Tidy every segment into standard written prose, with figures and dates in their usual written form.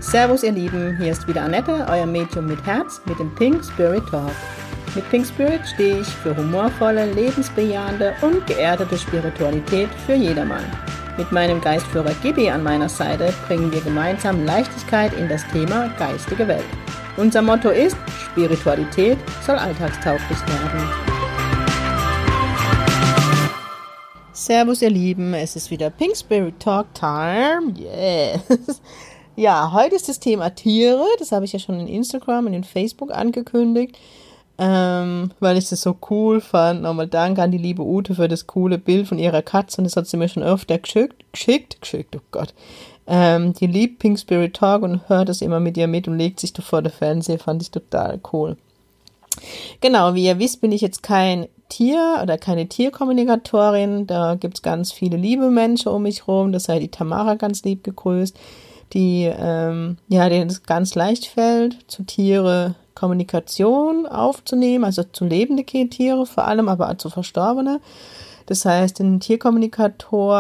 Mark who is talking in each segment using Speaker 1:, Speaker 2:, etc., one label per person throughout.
Speaker 1: Servus ihr Lieben, hier ist wieder Annette, euer Medium mit Herz mit dem Pink Spirit Talk. Mit Pink Spirit stehe ich für humorvolle, lebensbejahende und geerdete Spiritualität für jedermann. Mit meinem Geistführer Gibi an meiner Seite bringen wir gemeinsam Leichtigkeit in das Thema geistige Welt. Unser Motto ist, Spiritualität soll alltagstauglich werden. Servus ihr Lieben, es ist wieder Pink Spirit Talk Time. Yes! Ja, heute ist das Thema Tiere. Das habe ich ja schon in Instagram und in Facebook angekündigt, weil ich das so cool fand. Nochmal danke an die liebe Ute für das coole Bild von ihrer Katze. Und das hat sie mir schon öfter geschickt, oh Gott. Die liebt Pink Spirit Talk und hört das immer mit ihr mit und legt sich da vor der Fernseher. Fand ich total cool. Genau, wie ihr wisst, bin ich jetzt kein Tier oder keine Tierkommunikatorin. Da gibt's ganz viele liebe Menschen um mich rum. Das sei die Tamara ganz lieb gegrüßt, denen es ganz leicht fällt, zu Tiere Kommunikation aufzunehmen, also zu lebende Tiere vor allem, aber auch zu Verstorbene. Das heißt, ein Tierkommunikator,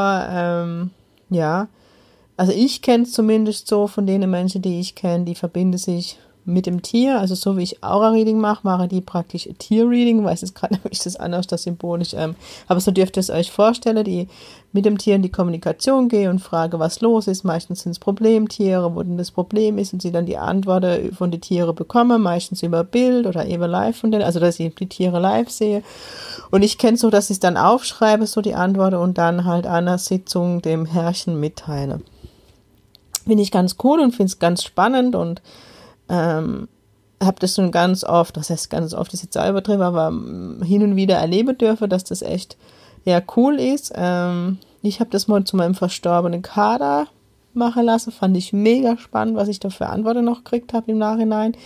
Speaker 1: also ich kenne es zumindest so von den Menschen, die ich kenne, die verbinden sich mit dem Tier, also so wie ich Aura-Reading mache die praktisch Tier-Reading, weiß jetzt gerade nicht, das anders, das symbolisch, aber so dürft ihr es euch vorstellen, die mit dem Tier in die Kommunikation gehe und frage, was los ist. Meistens sind es Problemtiere, wo denn das Problem ist und sie dann die Antworten von den Tieren bekomme, meistens über Bild oder eben live von denen, also dass ich die Tiere live sehe. Und ich kenne es so, dass ich es dann aufschreibe, so die Antworten und dann halt an der Sitzung dem Herrchen mitteile. Finde ich ganz cool und finde es ganz spannend und habe das schon ganz oft, das heißt ganz oft, das ist jetzt auch übertrieben, aber hin und wieder erleben dürfen, dass das echt cool ist. Ich habe das mal zu meinem verstorbenen Kader machen lassen, fand ich mega spannend, was ich da für Antworten noch gekriegt habe im Nachhinein.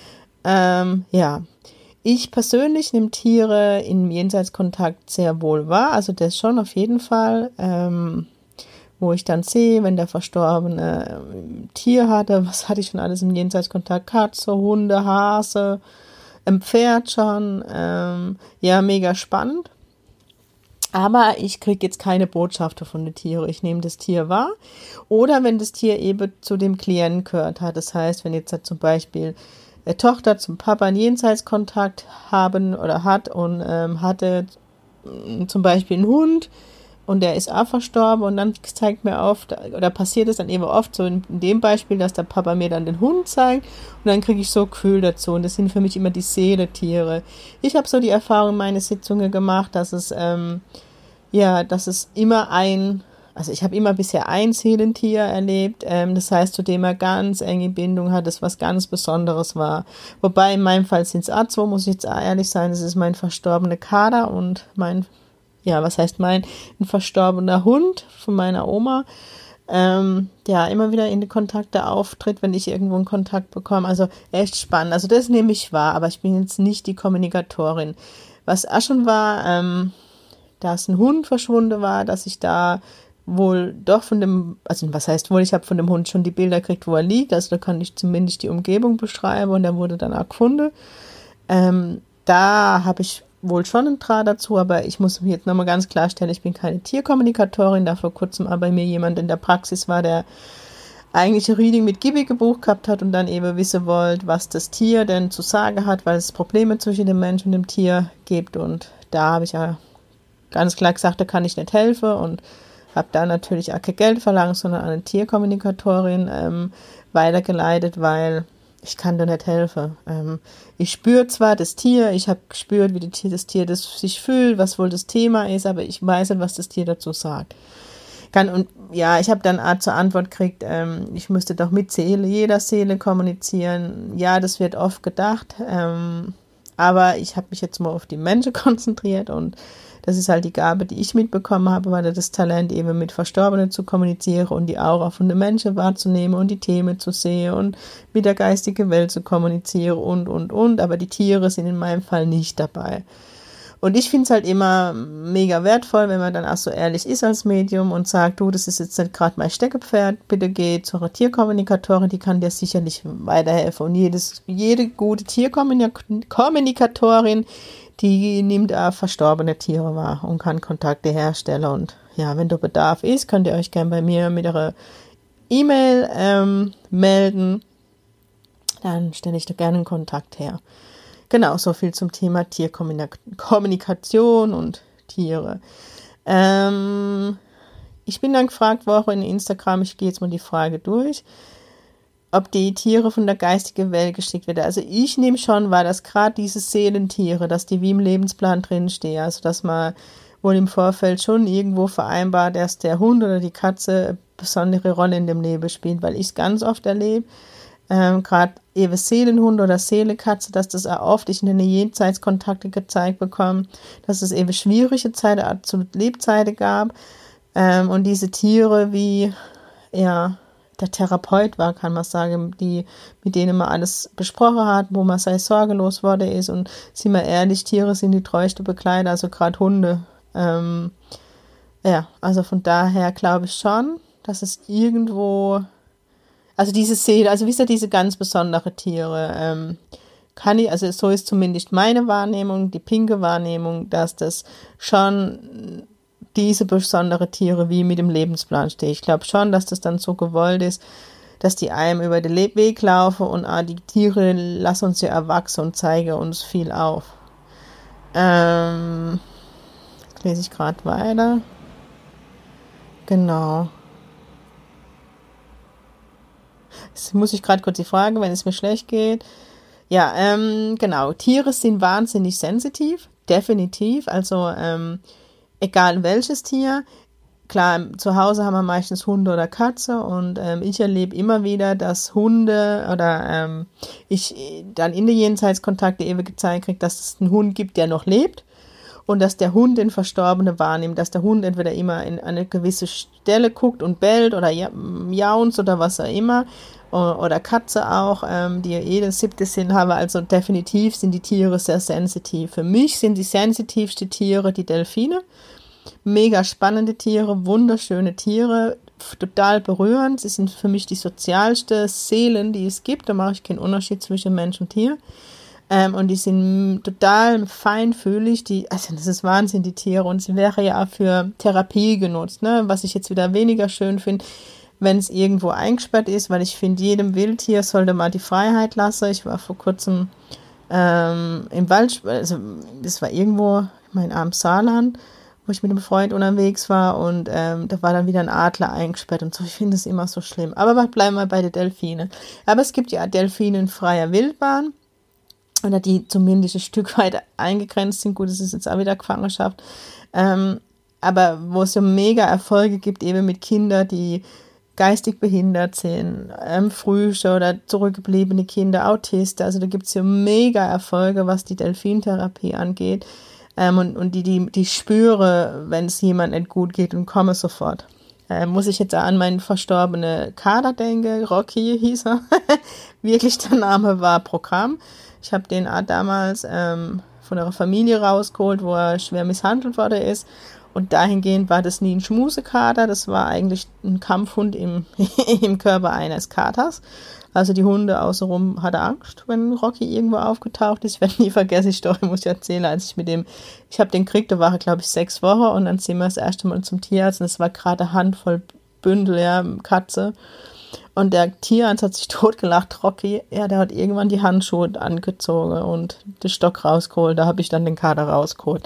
Speaker 1: Ich persönlich nehme Tiere im Jenseitskontakt sehr wohl wahr, also das schon auf jeden Fall, wo ich dann sehe, wenn der Verstorbene Tier hatte, was hatte ich schon alles im Jenseitskontakt, Katze, Hunde, Hase, ein Pferd schon, mega spannend. Aber ich kriege jetzt keine Botschaften von den Tieren, ich nehme das Tier wahr. Oder wenn das Tier eben zu dem Klienten gehört hat, das heißt, wenn jetzt zum Beispiel eine Tochter zum Papa einen Jenseitskontakt haben oder hat und hatte zum Beispiel einen Hund, und der ist auch verstorben und dann zeigt mir oft, oder passiert es dann eben oft so in dem Beispiel, dass der Papa mir dann den Hund zeigt und dann kriege ich so Gefühl dazu und das sind für mich immer die Seelentiere. Ich habe so die Erfahrung in meinen Sitzungen gemacht, dass es immer also ich habe immer bisher ein Seelentier erlebt, das heißt, zu dem er ganz enge Bindung hat, das was ganz Besonderes war. Wobei in meinem Fall sind es auch zwei, muss ich jetzt auch ehrlich sein, das ist mein verstorbener Kader und ein verstorbener Hund von meiner Oma, immer wieder in die Kontakte auftritt, wenn ich irgendwo einen Kontakt bekomme. Also echt spannend. Also das nehme ich wahr, aber ich bin jetzt nicht die Kommunikatorin. Was auch schon war, dass ein Hund verschwunden war, dass ich da wohl doch von dem, also was heißt wohl, ich habe von dem Hund schon die Bilder gekriegt, wo er liegt, also da kann ich zumindest die Umgebung beschreiben und der wurde dann auch gefunden. Da habe ich wohl schon einen Draht dazu, aber ich muss mir jetzt nochmal ganz klarstellen, ich bin keine Tierkommunikatorin, da vor kurzem aber bei mir jemand in der Praxis war, der eigentlich ein Reading mit Gibi gebucht gehabt hat und dann eben wissen wollte, was das Tier denn zu sagen hat, weil es Probleme zwischen dem Mensch und dem Tier gibt und da habe ich ja ganz klar gesagt, da kann ich nicht helfen und habe da natürlich auch kein Geld verlangt, sondern an eine Tierkommunikatorin weitergeleitet, weil ich kann da nicht helfen. Ich spüre zwar das Tier, ich habe gespürt, wie das Tier das sich fühlt, was wohl das Thema ist, aber ich weiß nicht, was das Tier dazu sagt. Ich habe dann zur Antwort gekriegt, ich müsste doch mit jeder Seele kommunizieren. Ja, das wird oft gedacht, aber ich habe mich jetzt mal auf die Menschen konzentriert und das ist halt die Gabe, die ich mitbekommen habe, weil das Talent eben mit Verstorbenen zu kommunizieren und die Aura von den Menschen wahrzunehmen und die Themen zu sehen und mit der geistigen Welt zu kommunizieren und. Aber die Tiere sind in meinem Fall nicht dabei. Und ich finde es halt immer mega wertvoll, wenn man dann auch so ehrlich ist als Medium und sagt, du, das ist jetzt nicht gerade mein Steckepferd, bitte geh zur Tierkommunikatorin, die kann dir sicherlich weiterhelfen. Und jede gute Tierkommunikatorin, die nimmt auch verstorbene Tiere wahr und kann Kontakte herstellen. Und ja, wenn da Bedarf ist, könnt ihr euch gerne bei mir mit einer E-Mail melden, dann stelle ich da gerne einen Kontakt her. Genau, so viel zum Thema Tierkommunikation und Tiere. Ich bin dann gefragt worden in Instagram, ich gehe jetzt mal die Frage durch, ob die Tiere von der geistigen Welt geschickt werden. Also ich nehme schon wahr, dass gerade diese Seelentiere, dass die wie im Lebensplan drinstehen, also dass man wohl im Vorfeld schon irgendwo vereinbart, dass der Hund oder die Katze eine besondere Rolle in dem Leben spielt, weil ich es ganz oft erlebe, gerade eben Seelenhund oder Seelenkatze, dass das auch oft ich in den Jenseitskontakte gezeigt bekomme, dass es eben schwierige Zeiten, absolut Lebzeiten gab, und diese Tiere wie, ja, der Therapeut war, kann man sagen, mit denen man alles besprochen hat, wo man sei sorgelos worden ist, und sind wir ehrlich, Tiere sind die treueste Begleiter, also gerade Hunde. Ja, also von daher glaube ich schon, dass es irgendwo, also diese Seele, also wisst ihr, diese ganz besondere Tiere, also so ist zumindest meine Wahrnehmung, die pinke Wahrnehmung, dass das schon diese besondere Tiere wie mit dem Lebensplan steht. Ich glaube schon, dass das dann so gewollt ist, dass die einem über den Weg laufen und die Tiere lassen uns ja erwachsen und zeigen uns viel auf. Lese ich gerade weiter. Genau. Jetzt muss ich gerade kurz die Frage, wenn es mir schlecht geht. Ja, genau. Tiere sind wahnsinnig sensitiv, definitiv. Also egal welches Tier. Klar, zu Hause haben wir meistens Hunde oder Katze, und ich erlebe immer wieder, dass Hunde oder ich dann in den Jenseitskontakte eben gezeigt kriege, dass es einen Hund gibt, der noch lebt, und dass der Hund den Verstorbenen wahrnimmt, dass der Hund entweder immer in eine gewisse Stelle guckt und bellt oder jaunzt oder was auch immer, oder Katze auch, die ja den 7. Sinn haben. Also definitiv sind die Tiere sehr sensitiv. Für mich sind die sensitivsten Tiere die Delfine. Mega spannende Tiere, wunderschöne Tiere, total berührend. Sie sind für mich die sozialsten Seelen, die es gibt. Da mache ich keinen Unterschied zwischen Mensch und Tier. Und die sind total feinfühlig. Also das ist Wahnsinn, die Tiere. Und sie wäre ja auch für Therapie genutzt, ne? Was ich jetzt wieder weniger schön finde, wenn es irgendwo eingesperrt ist, weil ich finde, jedem Wildtier sollte mal die Freiheit lassen. Ich war vor kurzem im Wald, also das war irgendwo, ich meine, am Saarland, wo ich mit einem Freund unterwegs war, und da war dann wieder ein Adler eingesperrt und so. Ich finde es immer so schlimm. Aber bleiben wir bei den Delfinen. Aber es gibt ja Delfine in freier Wildbahn, oder die zumindest ein Stück weit eingegrenzt sind. Gut, es ist jetzt auch wieder Gefangenschaft. Aber wo es so mega Erfolge gibt, eben mit Kindern, die geistig behindert sind, Frühchen oder zurückgebliebene Kinder, Autisten. Also da gibt es so mega Erfolge, was die Delfintherapie angeht. Und die spüre, wenn es jemand nicht gut geht, und komme sofort. Muss ich jetzt an meinen verstorbenen Kader denken, Rocky hieß er. Wirklich, der Name war Programm. Ich habe den damals von einer Familie rausgeholt, wo er schwer misshandelt worden ist. Und dahingehend war das nie ein Schmusekater, das war eigentlich ein Kampfhund im Körper eines Katers. Also die Hunde außenrum hatten Angst, wenn Rocky irgendwo aufgetaucht ist. Ich werde nie vergessen, die Story muss ich erzählen, als ich habe den gekriegt, da war er, glaube ich, 6 Wochen, und dann sind wir das erste Mal zum Tierarzt, und es war gerade eine Handvoll Bündel, ja, Katze. Und der Tierarzt hat sich totgelacht, Rocky, ja, der hat irgendwann die Handschuhe angezogen und den Stock rausgeholt, da habe ich dann den Kater rausgeholt.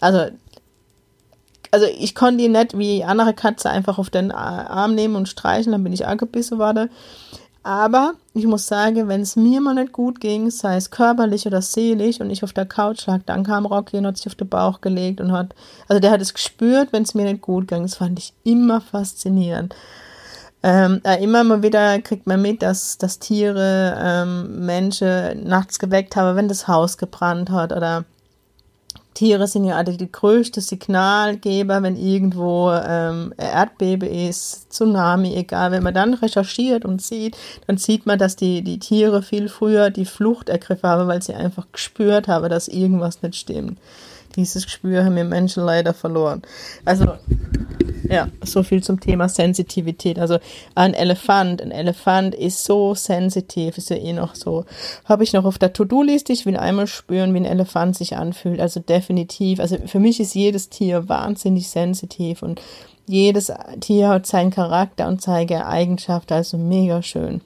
Speaker 1: Also ich konnte ihn nicht wie andere Katze einfach auf den Arm nehmen und streichen, dann bin ich angebissen worden. Aber ich muss sagen, wenn es mir mal nicht gut ging, sei es körperlich oder seelisch, und ich auf der Couch lag, dann kam Rocky und hat sich auf den Bauch gelegt und der hat es gespürt, wenn es mir nicht gut ging. Das fand ich immer faszinierend. Immer mal wieder kriegt man mit, dass Tiere Menschen nachts geweckt haben, wenn das Haus gebrannt hat, oder Tiere sind ja alle die größte Signalgeber, wenn irgendwo Erdbeben ist, Tsunami, egal. Wenn man dann recherchiert und sieht, dann sieht man, dass die Tiere viel früher die Flucht ergriffen haben, weil sie einfach gespürt haben, dass irgendwas nicht stimmt. Dieses Gespür haben wir Menschen leider verloren. Also Ja, so viel zum Thema Sensitivität. Also ein Elefant ist so sensitiv, ist ja eh noch so, habe ich noch auf der To-Do-Liste, ich will einmal spüren, wie ein Elefant sich anfühlt, also definitiv, also für mich ist jedes Tier wahnsinnig sensitiv und jedes Tier hat seinen Charakter und seine Eigenschaft, also mega schön.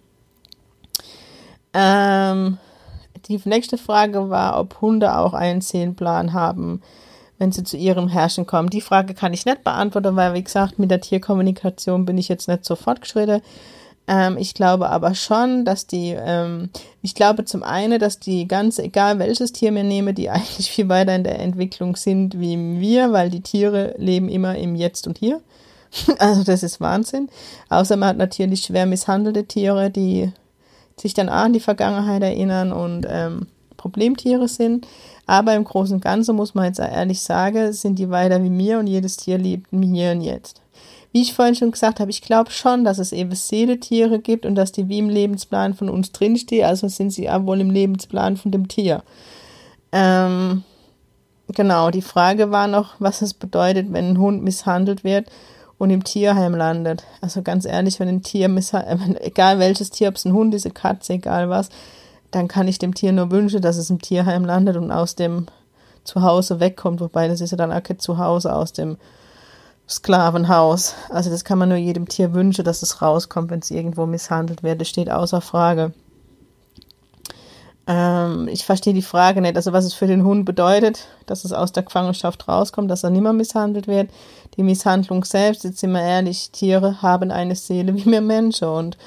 Speaker 1: Die nächste Frage war, ob Hunde auch einen Seelenplan haben, wenn sie zu ihrem Herrschen kommen. Die Frage kann ich nicht beantworten, weil, wie gesagt, mit der Tierkommunikation bin ich jetzt nicht so fortgeschritten. Ich glaube aber schon, dass ich glaube zum einen, dass die ganz, egal welches Tier wir nehmen, die eigentlich viel weiter in der Entwicklung sind wie wir, weil die Tiere leben immer im Jetzt und Hier. Also das ist Wahnsinn. Außer man hat natürlich schwer misshandelte Tiere, die sich dann auch an die Vergangenheit erinnern und Problemtiere sind. Aber im Großen und Ganzen muss man jetzt ehrlich sagen, sind die weiter wie mir und jedes Tier lebt im Hier und Jetzt. Wie ich vorhin schon gesagt habe, ich glaube schon, dass es eben Seeletiere gibt und dass die wie im Lebensplan von uns drinstehen, also sind sie auch wohl im Lebensplan von dem Tier. Genau, die Frage war noch, was es bedeutet, wenn ein Hund misshandelt wird und im Tierheim landet. Also ganz ehrlich, wenn ein Tier egal welches Tier, ob es ein Hund ist, eine Katze, egal was, dann kann ich dem Tier nur wünschen, dass es im Tierheim landet und aus dem Zuhause wegkommt. Wobei, das ist ja dann auch kein Zuhause aus dem Sklavenhaus. Also das kann man nur jedem Tier wünschen, dass es rauskommt, wenn es irgendwo misshandelt wird. Das steht außer Frage. Ich verstehe die Frage nicht. Also was es für den Hund bedeutet, dass es aus der Gefangenschaft rauskommt, dass er nicht mehr misshandelt wird. Die Misshandlung selbst, jetzt sind wir ehrlich, Tiere haben eine Seele wie wir Menschen und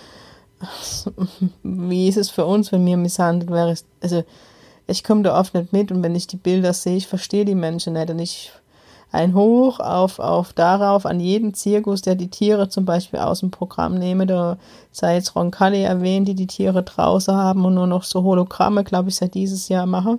Speaker 1: wie ist es für uns, wenn mir misshandelt wäre? Also ich komme da oft nicht mit und wenn ich die Bilder sehe, ich verstehe die Menschen nicht und ich ein Hoch auf darauf an jeden Zirkus, der die Tiere zum Beispiel aus dem Programm nehme, da sei jetzt Roncalli erwähnt, die Tiere draußen haben und nur noch so Hologramme, glaube ich, seit dieses Jahr machen.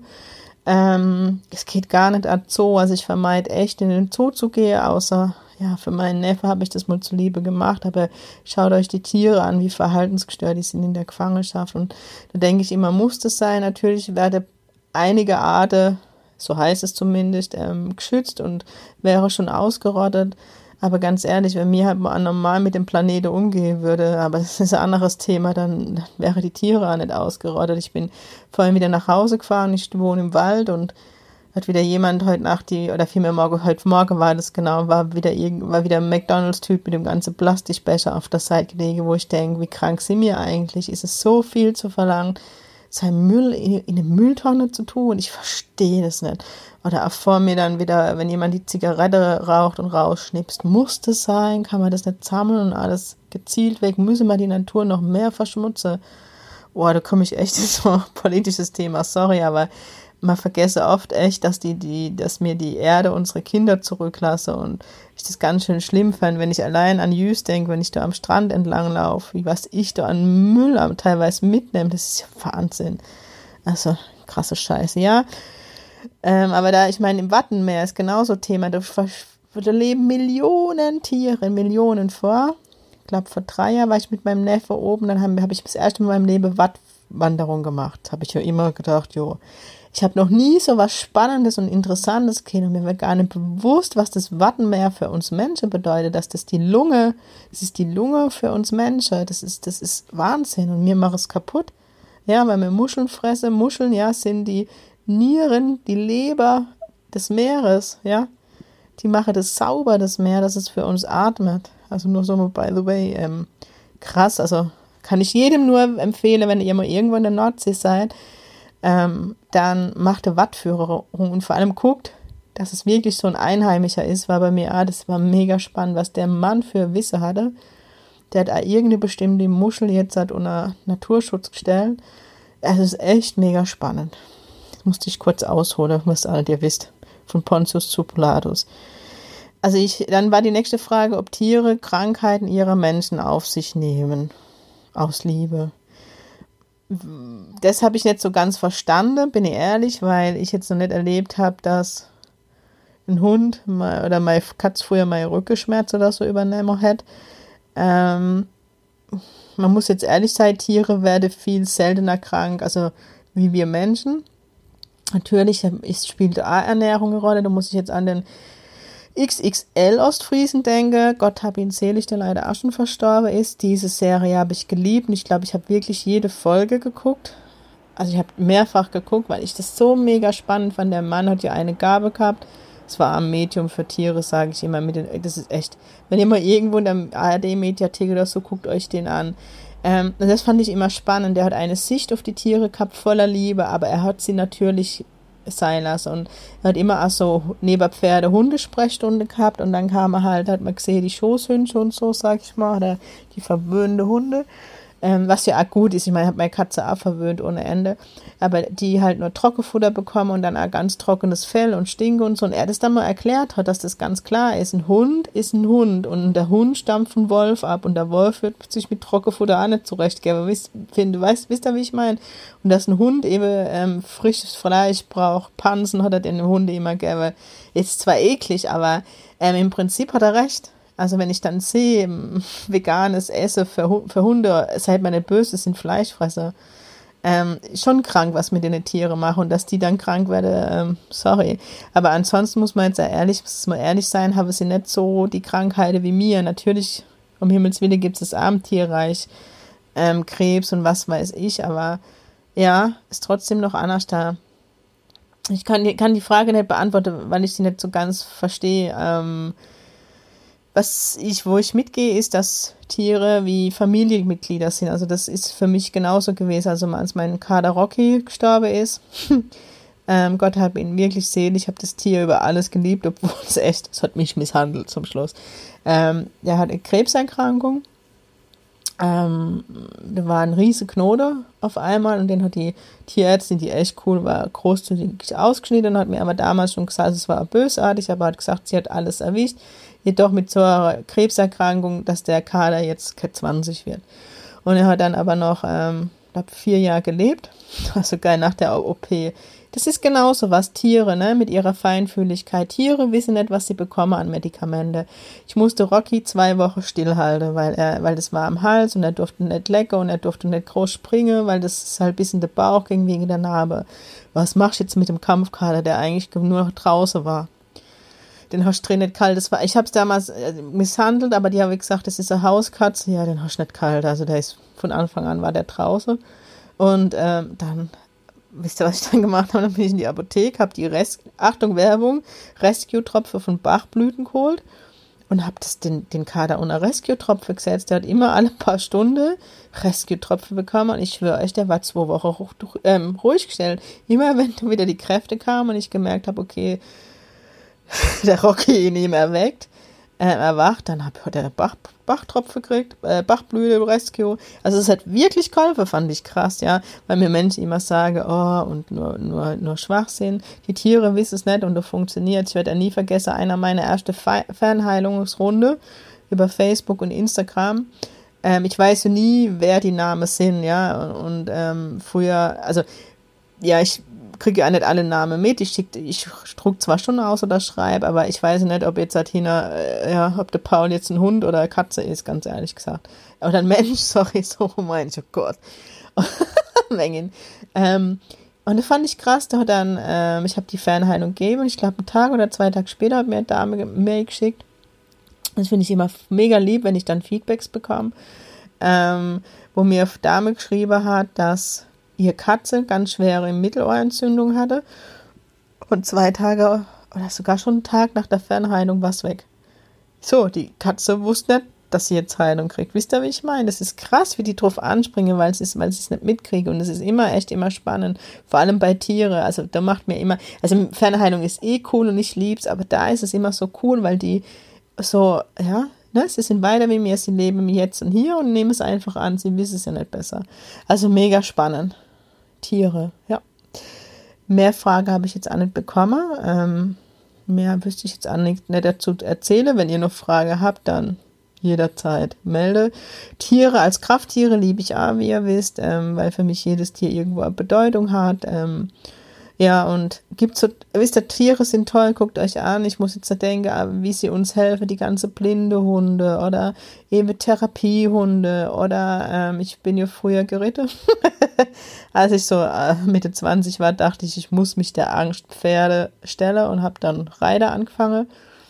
Speaker 1: Es geht gar nicht an Zoo, also ich vermeide echt in den Zoo zu gehen, außer ja, für meinen Neffe habe ich das mal zuliebe gemacht, aber schaut euch die Tiere an, wie verhaltensgestört die sind in der Gefangenschaft. Und da denke ich immer, muss das sein. Natürlich werde einige Arten, so heißt es zumindest, geschützt und wäre schon ausgerottet. Aber ganz ehrlich, wenn mir halt mal normal mit dem Planeten umgehen würde, aber das ist ein anderes Thema, dann wäre die Tiere auch nicht ausgerottet. Ich bin vorhin wieder nach Hause gefahren, ich wohne im Wald und hat wieder jemand heute Nacht oder vielmehr heute Morgen war das genau, war wieder ein McDonalds-Typ mit dem ganzen Plastikbecher auf der Seite gelegen, wo ich denke, wie krank sind wir eigentlich? Ist es so viel zu verlangen, sein Müll in eine Mülltonne zu tun? Ich verstehe das nicht. Oder auch vor mir dann wieder, wenn jemand die Zigarette raucht und rausschnipst, muss das sein? Kann man das nicht sammeln und alles gezielt weg? Müssen wir die Natur noch mehr verschmutzen? Boah, da komme ich echt in so ein politisches Thema, sorry, aber man vergesse oft echt, dass mir die Erde unsere Kinder zurücklasse und ich das ganz schön schlimm fand, wenn ich allein an Jüst denke, wenn ich da am Strand entlang laufe, wie was ich da an Müll teilweise mitnehme, das ist ja Wahnsinn. Also, krasse Scheiße, ja. Aber ich meine, im Wattenmeer ist genauso Thema, da leben Millionen Tiere, Millionen vor. Ich glaube, vor 3 Jahren war ich mit meinem Neffe oben, dann habe ich das erste Mal in meinem Leben Wattwanderung gemacht. Habe ich ja immer gedacht, jo, ich habe noch nie so was Spannendes und Interessantes gesehen und mir war gar nicht bewusst, was das Wattenmeer für uns Menschen bedeutet, dass das ist die Lunge für uns Menschen, das ist Wahnsinn und mir macht es kaputt. Ja, weil wir Muscheln fressen, Muscheln, ja, sind die Nieren, die Leber des Meeres, ja, die machen das sauber, das Meer, dass es für uns atmet. Also nur so, by the way, krass, also kann ich jedem nur empfehlen, wenn ihr mal irgendwo in der Nordsee seid, dann macht eine Wattführung und vor allem guckt, dass es wirklich so ein Einheimischer ist, war bei mir, das war mega spannend, was der Mann für Wissen hatte. Der hat auch irgendeine bestimmte Muschel jetzt unter Naturschutz gestellt. Es ist echt mega spannend. Das musste ich kurz ausholen, was ihr wisst, von Pontius zu Pilatus. Also dann war die nächste Frage, ob Tiere Krankheiten ihrer Menschen auf sich nehmen, aus Liebe. Das habe ich nicht so ganz verstanden, bin ich ehrlich, weil ich jetzt noch nicht erlebt habe, dass ein Hund oder meine Katze früher meinen Rückenschmerz oder so übernehmen hat. Man muss jetzt ehrlich sein, Tiere werden viel seltener krank, also wie wir Menschen. Natürlich spielt auch Ernährung eine Rolle, da muss ich jetzt an den XXL Ostfriesen denke, Gott hab ihn selig, der leider auch schon verstorben ist. Diese Serie habe ich geliebt und ich glaube, ich habe wirklich jede Folge geguckt. Also ich habe mehrfach geguckt, weil ich das so mega spannend fand. Der Mann hat ja eine Gabe gehabt. Es war am Medium für Tiere, sage ich immer. Das ist echt, wenn ihr mal irgendwo in der ARD-Mediathek oder so, guckt euch den an. Das fand ich immer spannend. Der hat eine Sicht auf die Tiere gehabt, voller Liebe, aber er hat sie natürlich sein lassen. Und er hat immer auch so neben Pferde Hundesprechstunde gehabt und dann kam er halt, hat man gesehen, die Schoßhündchen und so, sag ich mal, oder die verwöhnte Hunde. Was ja auch gut ist, ich meine, ich habe meine Katze auch verwöhnt ohne Ende, aber die halt nur Trockenfutter bekommen und dann auch ganz trockenes Fell und Stinke und so. Und er das dann mal erklärt hat, dass das ganz klar ist. Ein Hund ist ein Hund und der Hund stammt vom Wolf ab und der Wolf wird sich mit Trockenfutter auch nicht zurechtgeben. Wisst ihr, wie ich meine? Und dass ein Hund eben frisches Fleisch braucht, Pansen hat er den Hunden immer gegeben. Ist zwar eklig, aber im Prinzip hat er recht. Also wenn ich dann sehe, veganes Essen für Hunde, seid mir nicht böse, das sind Fleischfresser. Schon krank, was mit den Tieren machen und dass die dann krank werden, sorry. Aber ansonsten muss man jetzt ehrlich sein, haben sie nicht so die Krankheiten wie mir. Natürlich, um Himmels Willen gibt es das Tierreich, Krebs und was weiß ich, aber ja, ist trotzdem noch anders da. Ich kann die Frage nicht beantworten, weil ich sie nicht so ganz verstehe. Wo ich mitgehe, ist, dass Tiere wie Familienmitglieder sind. Also das ist für mich genauso gewesen. Also als mein Kater Rocky gestorben ist, Gott hat ihn wirklich selig. Ich habe das Tier über alles geliebt, obwohl es hat mich misshandelt zum Schluss. Der hat eine Krebserkrankung. Da war ein riesen Knoten auf einmal und den hat die Tierärztin, die echt cool war, großzügig ausgeschnitten und hat mir aber damals schon gesagt, es war bösartig, aber hat gesagt, sie hat alles erwischt. Jedoch mit so einer Krebserkrankung, dass der Kader jetzt 20 wird. Und er hat dann aber noch, 4 Jahre gelebt, also geil nach der OP. Das ist genauso was, Tiere, ne, mit ihrer Feinfühligkeit. Tiere wissen nicht, was sie bekommen an Medikamente. Ich musste Rocky 2 Wochen stillhalten, weil das war am Hals und er durfte nicht lecken und er durfte nicht groß springen, weil das ist halt bis in den Bauch ging wegen der Narbe. Was machst du jetzt mit dem Kampfkader, der eigentlich nur noch draußen war? Den hast du drin nicht kalt. Ich habe es damals misshandelt, aber die haben gesagt, das ist eine Hauskatze. Ja, den hast du nicht kalt. Also der ist von Anfang an war der draußen. Und dann, wisst ihr, was ich dann gemacht habe? Dann bin ich in die Apotheke, habe die Achtung, Werbung, Rescue-Tropfe von Bachblüten geholt und habe den Kater unter Rescue-Tropfe gesetzt. Der hat immer alle paar Stunden Rescue-Tropfe bekommen und ich schwöre euch, der war 2 Wochen ruhig gestellt. Immer wenn wieder die Kräfte kamen und ich gemerkt habe, okay, der Rocky ihn ihm erwacht, dann hat er Bachtropfe gekriegt, Bachblüte, Rescue. Also es hat wirklich geholfen, fand ich krass, ja, weil mir Menschen immer sagen, oh, und nur Schwachsinn. Die Tiere wissen es nicht und das funktioniert. Ich werde ja nie vergessen, einer meiner ersten Fernheilungsrunde über Facebook und Instagram. Ich weiß ja nie, wer die Namen sind, ja, und früher, also, ja, ich kriege ja nicht alle Namen mit. Ich druck zwar schon aus oder schreibe, aber ich weiß nicht, ob jetzt ob der Paul jetzt ein Hund oder eine Katze ist, ganz ehrlich gesagt. Oder ein Mensch, sorry, so meine ich, oh Gott. Mengen. Und das fand ich krass, da hat dann, ich habe die Fernheilung gegeben und ich glaube, einen Tag oder 2 Tage später hat mir eine Dame eine Mail geschickt. Das finde ich immer mega lieb, wenn ich dann Feedbacks bekomme, wo mir eine Dame geschrieben hat, dass ihre Katze ganz schwere Mittelohrentzündung hatte und 2 Tage oder sogar schon einen Tag nach der Fernheilung war es weg. So, die Katze wusste nicht, dass sie jetzt Heilung kriegt. Wisst ihr, wie ich meine? Das ist krass, wie die drauf anspringen, weil sie es nicht mitkriegen und es ist immer spannend, vor allem bei Tieren. Also da macht mir immer, also Fernheilung ist cool und ich lieb's, aber da ist es immer so cool, weil die so, ja, ne, sie sind weiter wie mir, sie leben im Jetzt und Hier und nehmen es einfach an, sie wissen es ja nicht besser. Also mega spannend. Tiere, ja. Mehr Fragen habe ich jetzt auch nicht bekommen. Mehr wüsste ich jetzt auch nicht dazu erzählen. Wenn ihr noch Fragen habt, dann jederzeit melde. Tiere als Krafttiere liebe ich auch, wie ihr wisst, weil für mich jedes Tier irgendwo eine Bedeutung hat. Ja, und wisst ihr, Tiere sind toll, guckt euch an. Ich muss jetzt da denken, wie sie uns helfen, die ganze blinde Hunde oder eben Therapiehunde oder ich bin ja früher geritten. Als ich so Mitte 20 war, dachte ich muss mich der Angst Pferde stellen und habe dann Reiter angefangen.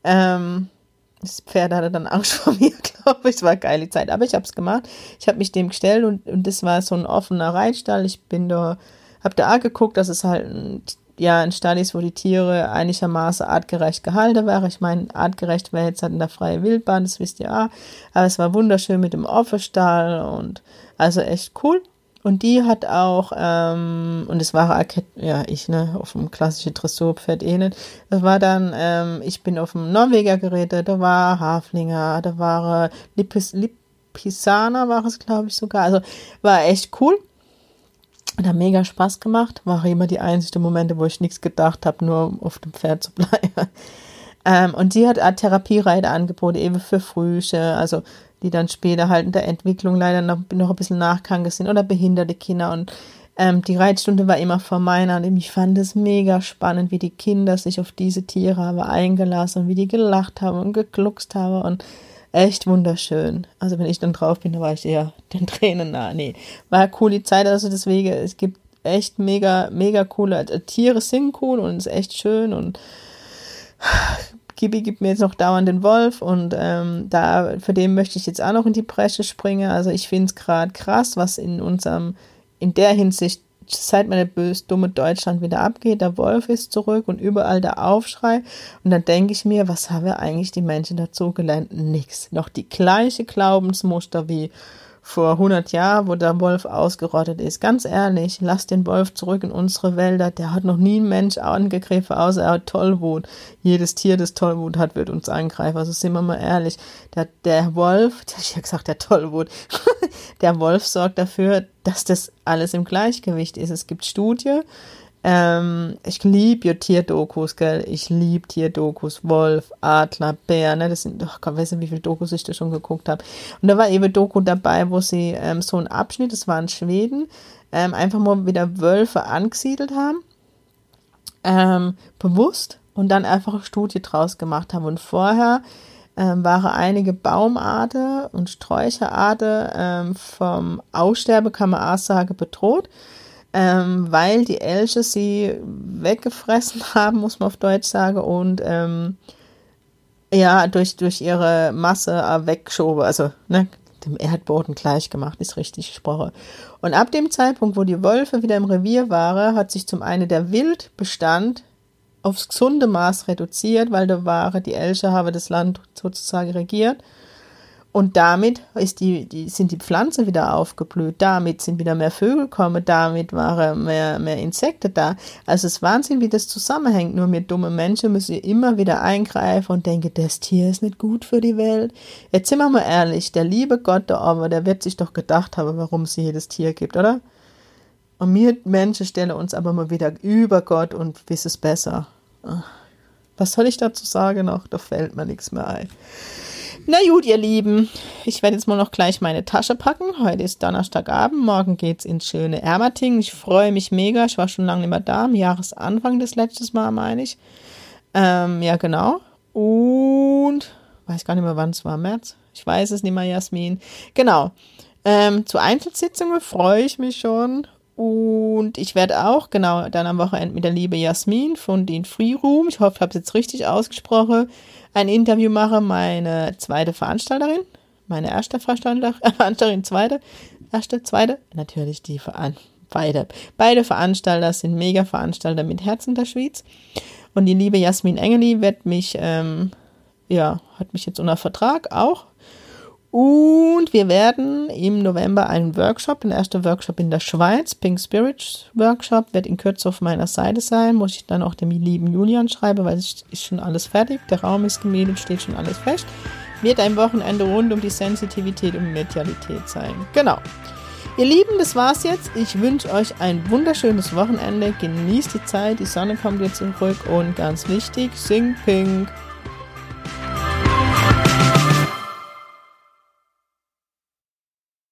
Speaker 1: Das Pferd hatte dann Angst vor mir, glaube ich. Es war eine geile Zeit, aber ich habe es gemacht. Ich habe mich dem gestellt und das war so ein offener Reitstall. Ich bin da, habe da auch geguckt, dass es halt ein Stall ist, wo die Tiere einigermaßen artgerecht gehalten wären. Ich meine, artgerecht wäre jetzt halt in der freien Wildbahn, das wisst ihr auch. Aber es war wunderschön mit dem Offenstall und also echt cool. Und die hat auch, und es war auf dem klassischen Dressurpferd nicht. Das war dann, ich bin auf dem Norweger geritten, da war Haflinger, da war Lipizzaner war es, glaube ich, sogar. Also war echt cool. Und hat mega Spaß gemacht. War immer die einzigen Momente, wo ich nichts gedacht habe, nur um auf dem Pferd zu bleiben. Und sie hat auch Therapiereiter angeboten, eben für Frühche, also die dann später halt in der Entwicklung leider noch ein bisschen nachkrank sind oder behinderte Kinder. Und die Reitstunde war immer vor meiner. Und ich fand es mega spannend, wie die Kinder sich auf diese Tiere haben eingelassen und wie die gelacht haben und gegluckst haben und echt wunderschön. Also wenn ich dann drauf bin, da war ich eher den Tränen nah. Nee, war eine coole Zeit, also deswegen, es gibt echt mega, mega coole, Tiere sind cool und es ist echt schön und Gibi gibt mir jetzt noch dauernd den Wolf und für den möchte ich jetzt auch noch in die Bresche springen. Also ich finde es gerade krass, was in der Hinsicht, seit meine dumme Deutschland wieder abgeht, der Wolf ist zurück und überall der Aufschrei. Und dann denke ich mir, was haben wir eigentlich die Menschen dazu gelernt? Nix. Noch die gleiche Glaubensmuster wie vor 100 Jahren, wo der Wolf ausgerottet ist. Ganz ehrlich, lasst den Wolf zurück in unsere Wälder. Der hat noch nie einen Mensch angegriffen, außer er hat Tollwut. Jedes Tier, das Tollwut hat, wird uns angreifen. Also sind wir mal ehrlich. Der Wolf, ich habe gesagt, der Tollwut, der Wolf sorgt dafür, dass das alles im Gleichgewicht ist. Es gibt Studien, ich liebe ja Tierdokus, gell? Ich liebe Tierdokus, Wolf, Adler, Bär, ne? Das sind, Gott, weiß nicht, wie viele Dokus ich da schon geguckt habe. Und da war eben Doku dabei, wo sie so einen Abschnitt, das war in Schweden, einfach mal wieder Wölfe angesiedelt haben, bewusst und dann einfach eine Studie draus gemacht haben. Und vorher waren einige Baumarten und Sträucherarten vom Aussterben, kann man auch sagen, bedroht. Weil die Elche sie weggefressen haben, muss man auf Deutsch sagen, und durch ihre Masse weggeschoben, also dem Erdboden gleich gemacht, ist richtig gesprochen. Und ab dem Zeitpunkt, wo die Wölfe wieder im Revier waren, hat sich zum einen der Wildbestand aufs gesunde Maß reduziert, weil die Elche haben das Land sozusagen regiert. Und damit sind die Pflanzen wieder aufgeblüht, damit sind wieder mehr Vögel gekommen, damit waren mehr Insekten da. Also es ist Wahnsinn, wie das zusammenhängt. Nur wir dumme Menschen müssen immer wieder eingreifen und denken, das Tier ist nicht gut für die Welt. Jetzt sind wir mal ehrlich, der liebe Gott, der wird sich doch gedacht haben, warum es jedes Tier gibt, oder? Und wir Menschen stellen uns aber mal wieder über Gott und wissen es besser. Was soll ich dazu sagen noch? Da fällt mir nichts mehr ein. Na gut, ihr Lieben, ich werde jetzt mal noch gleich meine Tasche packen. Heute ist Donnerstagabend, morgen geht's ins schöne Ermatingen. Ich freue mich mega, ich war schon lange nicht mehr da, am Jahresanfang des letztes Mal, meine ich. Ja, genau. Und, weiß gar nicht mehr, wann es war, März? Ich weiß es nicht mehr, Jasmin. Genau. Zu Einzelsitzungen freue ich mich schon. Und ich werde auch, genau, dann am Wochenende mit der liebe Jasmin von den Free Room, ich hoffe, ich habe es jetzt richtig ausgesprochen, ein Interview machen, meine zweite Veranstalterin, meine erste Veranstalterin, zweite, natürlich beide Veranstalter sind mega Veranstalter mit Herzen der Schweiz. Und die liebe Jasmin Engeli hat mich jetzt unter Vertrag auch. Und wir werden im November einen Workshop, den ersten Workshop in der Schweiz, Pink Spirits Workshop, wird in Kürze auf meiner Seite sein. Muss ich dann auch dem lieben Julian schreiben, weil es ist schon alles fertig. Der Raum ist gemietet, steht schon alles fest. Wird ein Wochenende rund um die Sensitivität und Medialität sein. Genau. Ihr Lieben, das war's jetzt. Ich wünsche euch ein wunderschönes Wochenende. Genießt die Zeit, die Sonne kommt jetzt zurück und ganz wichtig, sing Pink.